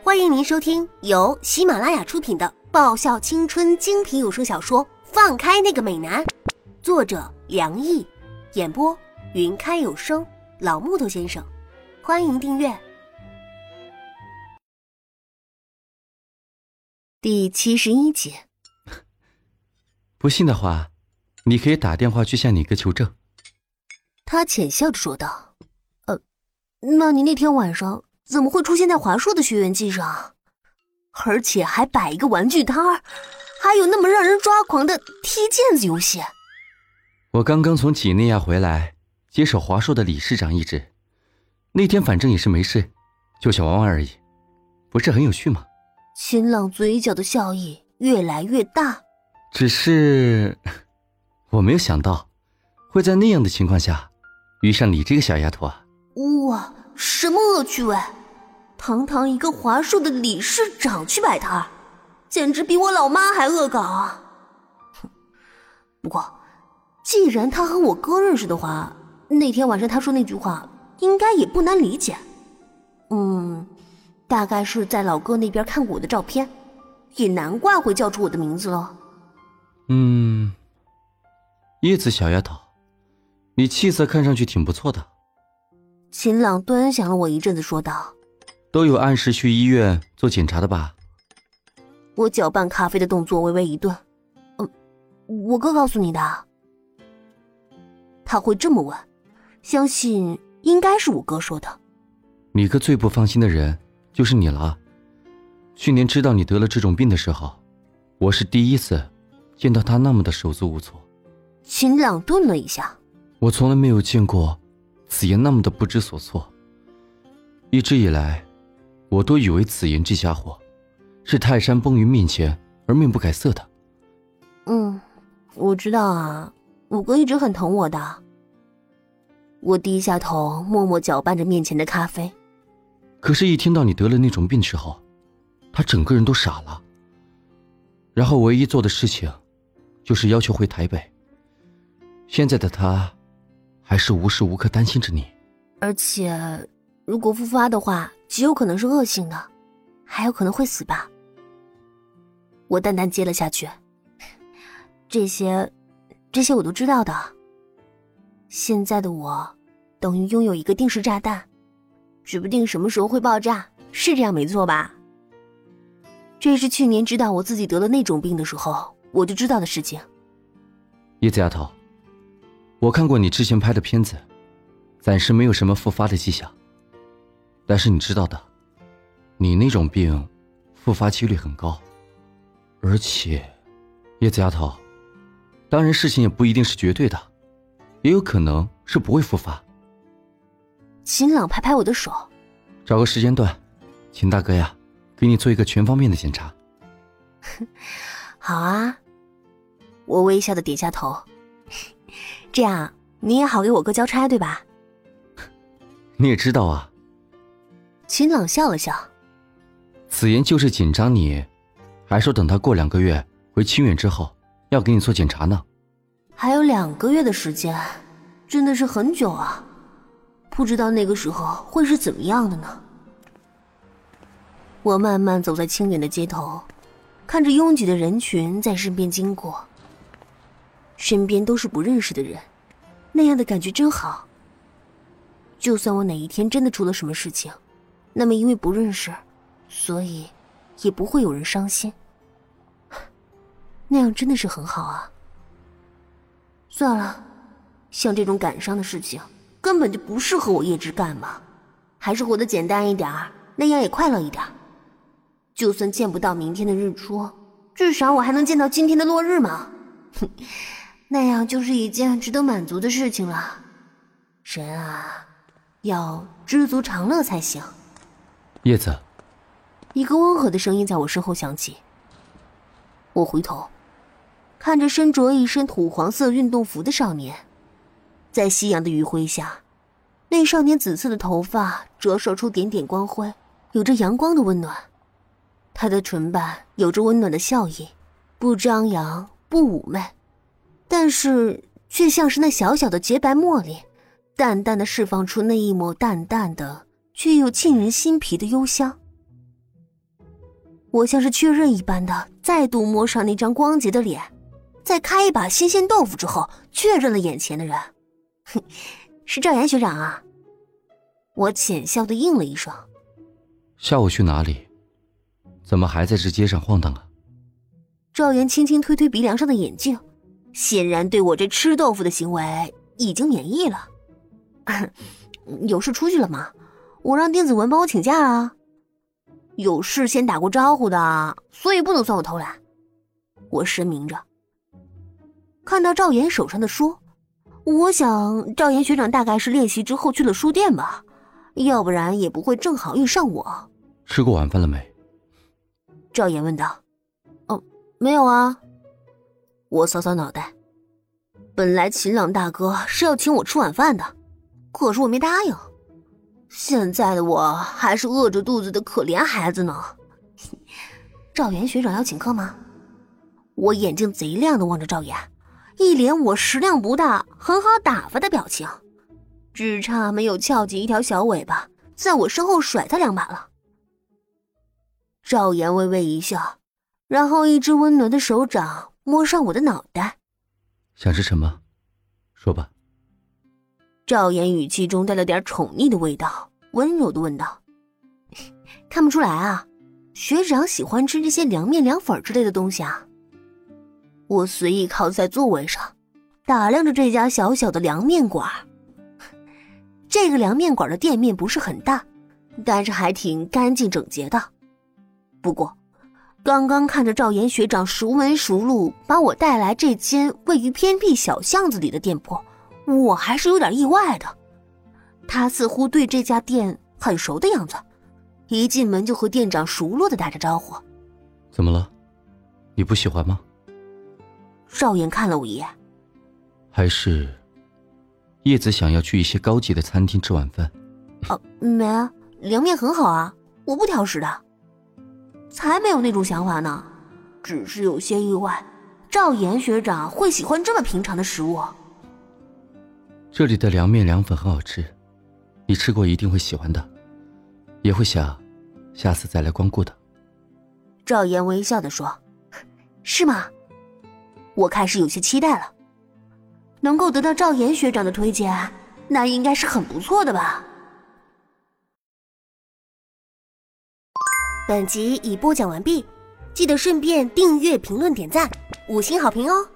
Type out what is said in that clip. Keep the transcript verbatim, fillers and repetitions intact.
欢迎您收听由喜马拉雅出品的爆笑青春精品有声小说《放开那个美男》，作者梁毅，演播云开有声，老木头先生。欢迎订阅。第七十一集。 不信的话，你可以打电话去向你哥求证。 他浅笑着说道：呃，那你那天晚上怎么会出现在华硕的学员机上？而且还摆一个玩具摊儿，还有那么让人抓狂的踢毽子游戏。 我刚刚从几内亚回来，接手华硕的理事长一职。那天反正也是没事，就想玩玩而已，不是很有趣吗？ 秦朗嘴角的笑意越来越大。 只是我没有想到会在那样的情况下遇上你这个小丫头啊。 哇，什么恶趣味！堂堂一个华硕的理事长去摆摊，简直比我老妈还恶搞啊！不过既然他和我哥认识的话，那天晚上他说那句话应该也不难理解。嗯，大概是在老哥那边看过我的照片，也难怪会叫出我的名字了。 嗯，叶子小丫头，你气色看上去挺不错的。 秦朗端详了我一阵子说道： 都有按时去医院做检查的吧？ 我搅拌咖啡的动作微微一顿。嗯，我哥告诉你的？他会这么问，相信应该是我哥说的。 你哥最不放心的人就是你了。去年知道你得了这种病的时候，我是第一次见到他那么的手足无措。 秦朗顿了一下。 我从来没有见过子言那么的不知所措。一直以来，我都以为子言这家伙是泰山崩于面前而面不改色的。 嗯，我知道啊，我哥一直很疼我的。我低下头默默搅拌着面前的咖啡。 可是一听到你得了那种病之后，他整个人都傻了。然后唯一做的事情就是要求回台北。现在的他还是无时无刻担心着你。 而且如果复发的话，极有可能是恶性的，还有可能会死吧。我淡淡接了下去。这些这些我都知道的。现在的我等于拥有一个定时炸弹，指不定什么时候会爆炸，是这样没错吧？这是去年知道我自己得了那种病的时候我就知道的事情。 叶子丫头，我看过你之前拍的片子，暂时没有什么复发的迹象。但是你知道的，你那种病复发几率很高。而且叶子丫头，当然事情也不一定是绝对的，也有可能是不会复发。 秦朗拍拍我的手， 找个时间段请大哥呀给你做一个全方面的检查。 好啊。我微笑的点下头。这样你也好给我哥交差对吧？ 你也知道啊。 秦朗笑了笑。 子言就是紧张你，还说等他过两个月回清远之后要给你做检查呢。 还有两个月的时间，真的是很久啊，不知道那个时候会是怎么样的呢。我慢慢走在清远的街头，看着拥挤的人群在身边经过，身边都是不认识的人，那样的感觉真好。就算我哪一天真的出了什么事情，那么因为不认识，所以也不会有人伤心，那样真的是很好啊。算了，像这种感伤的事情根本就不适合我叶芝干嘛，还是活得简单一点，那样也快乐一点。就算见不到明天的日出，至少我还能见到今天的落日嘛。哼，那样就是一件值得满足的事情了。人啊，要知足常乐才行。 叶子， 一个温和的声音在我身后响起。我回头看着身着一身土黄色运动服的少年，在夕阳的余晖下，那少年紫色的头发折射出点点光辉，有着阳光的温暖。他的唇瓣有着温暖的笑意，不张扬不妩媚，但是却像是那小小的洁白茉莉，淡淡的释放出那一抹淡淡的却又沁人心脾的幽香。 我像是确认一般的再度摸上那张光洁的脸，在开一把新鲜豆腐之后，确认了眼前的人。哼，是赵岩学长啊。我浅笑的应了一声。 下午去哪里？怎么还在这街上晃荡啊？ 赵岩轻轻推推鼻梁上的眼镜，显然对我这吃豆腐的行为已经免疫了。有事出去了吗？我让丁子文帮我请假啊。有事先打过招呼的，所以不能算我偷懒。我声明着。看到赵岩手上的书，我想赵岩学长大概是练习之后去了书店吧，要不然也不会正好遇上我。 吃过晚饭了没？ 赵岩问道。哦，没有啊。我搔搔脑袋。本来秦朗大哥是要请我吃晚饭的，可是我没答应。现在的我还是饿着肚子的可怜孩子呢。赵岩学长要请客吗？我眼睛贼亮地望着赵岩，一脸我食量不大很好打发的表情，只差没有翘起一条小尾巴在我身后甩他两把了。赵岩微微一笑，然后一只温暖的手掌摸上我的脑袋。 想吃什么？说吧。 赵岩语气中带了点宠溺的味道，温柔地问道。看不出来啊，学长喜欢吃这些凉面凉粉之类的东西啊。我随意靠在座位上，打量着这家小小的凉面馆。这个凉面馆的店面不是很大，但是还挺干净整洁的。不过刚刚看着赵岩学长熟门熟路把我带来这间位于偏僻小巷子里的店铺，我还是有点意外的。他似乎对这家店很熟的样子，一进门就和店长熟络地打着招呼。 怎么了？你不喜欢吗？ 赵岩看了我一眼。 还是叶子想要去一些高级的餐厅吃晚饭？ 哦，没啊，凉面很好啊，我不挑食的。才没有那种想法呢，只是有些意外，赵岩学长会喜欢这么平常的食物。 这里的凉面凉粉很好吃，你吃过一定会喜欢的，也会想下次再来光顾的。 赵岩微笑地说。是吗？我开始有些期待了，能够得到赵岩学长的推荐，那应该是很不错的吧。本集已播讲完毕，记得顺便订阅、评论、点赞、五星好评哦。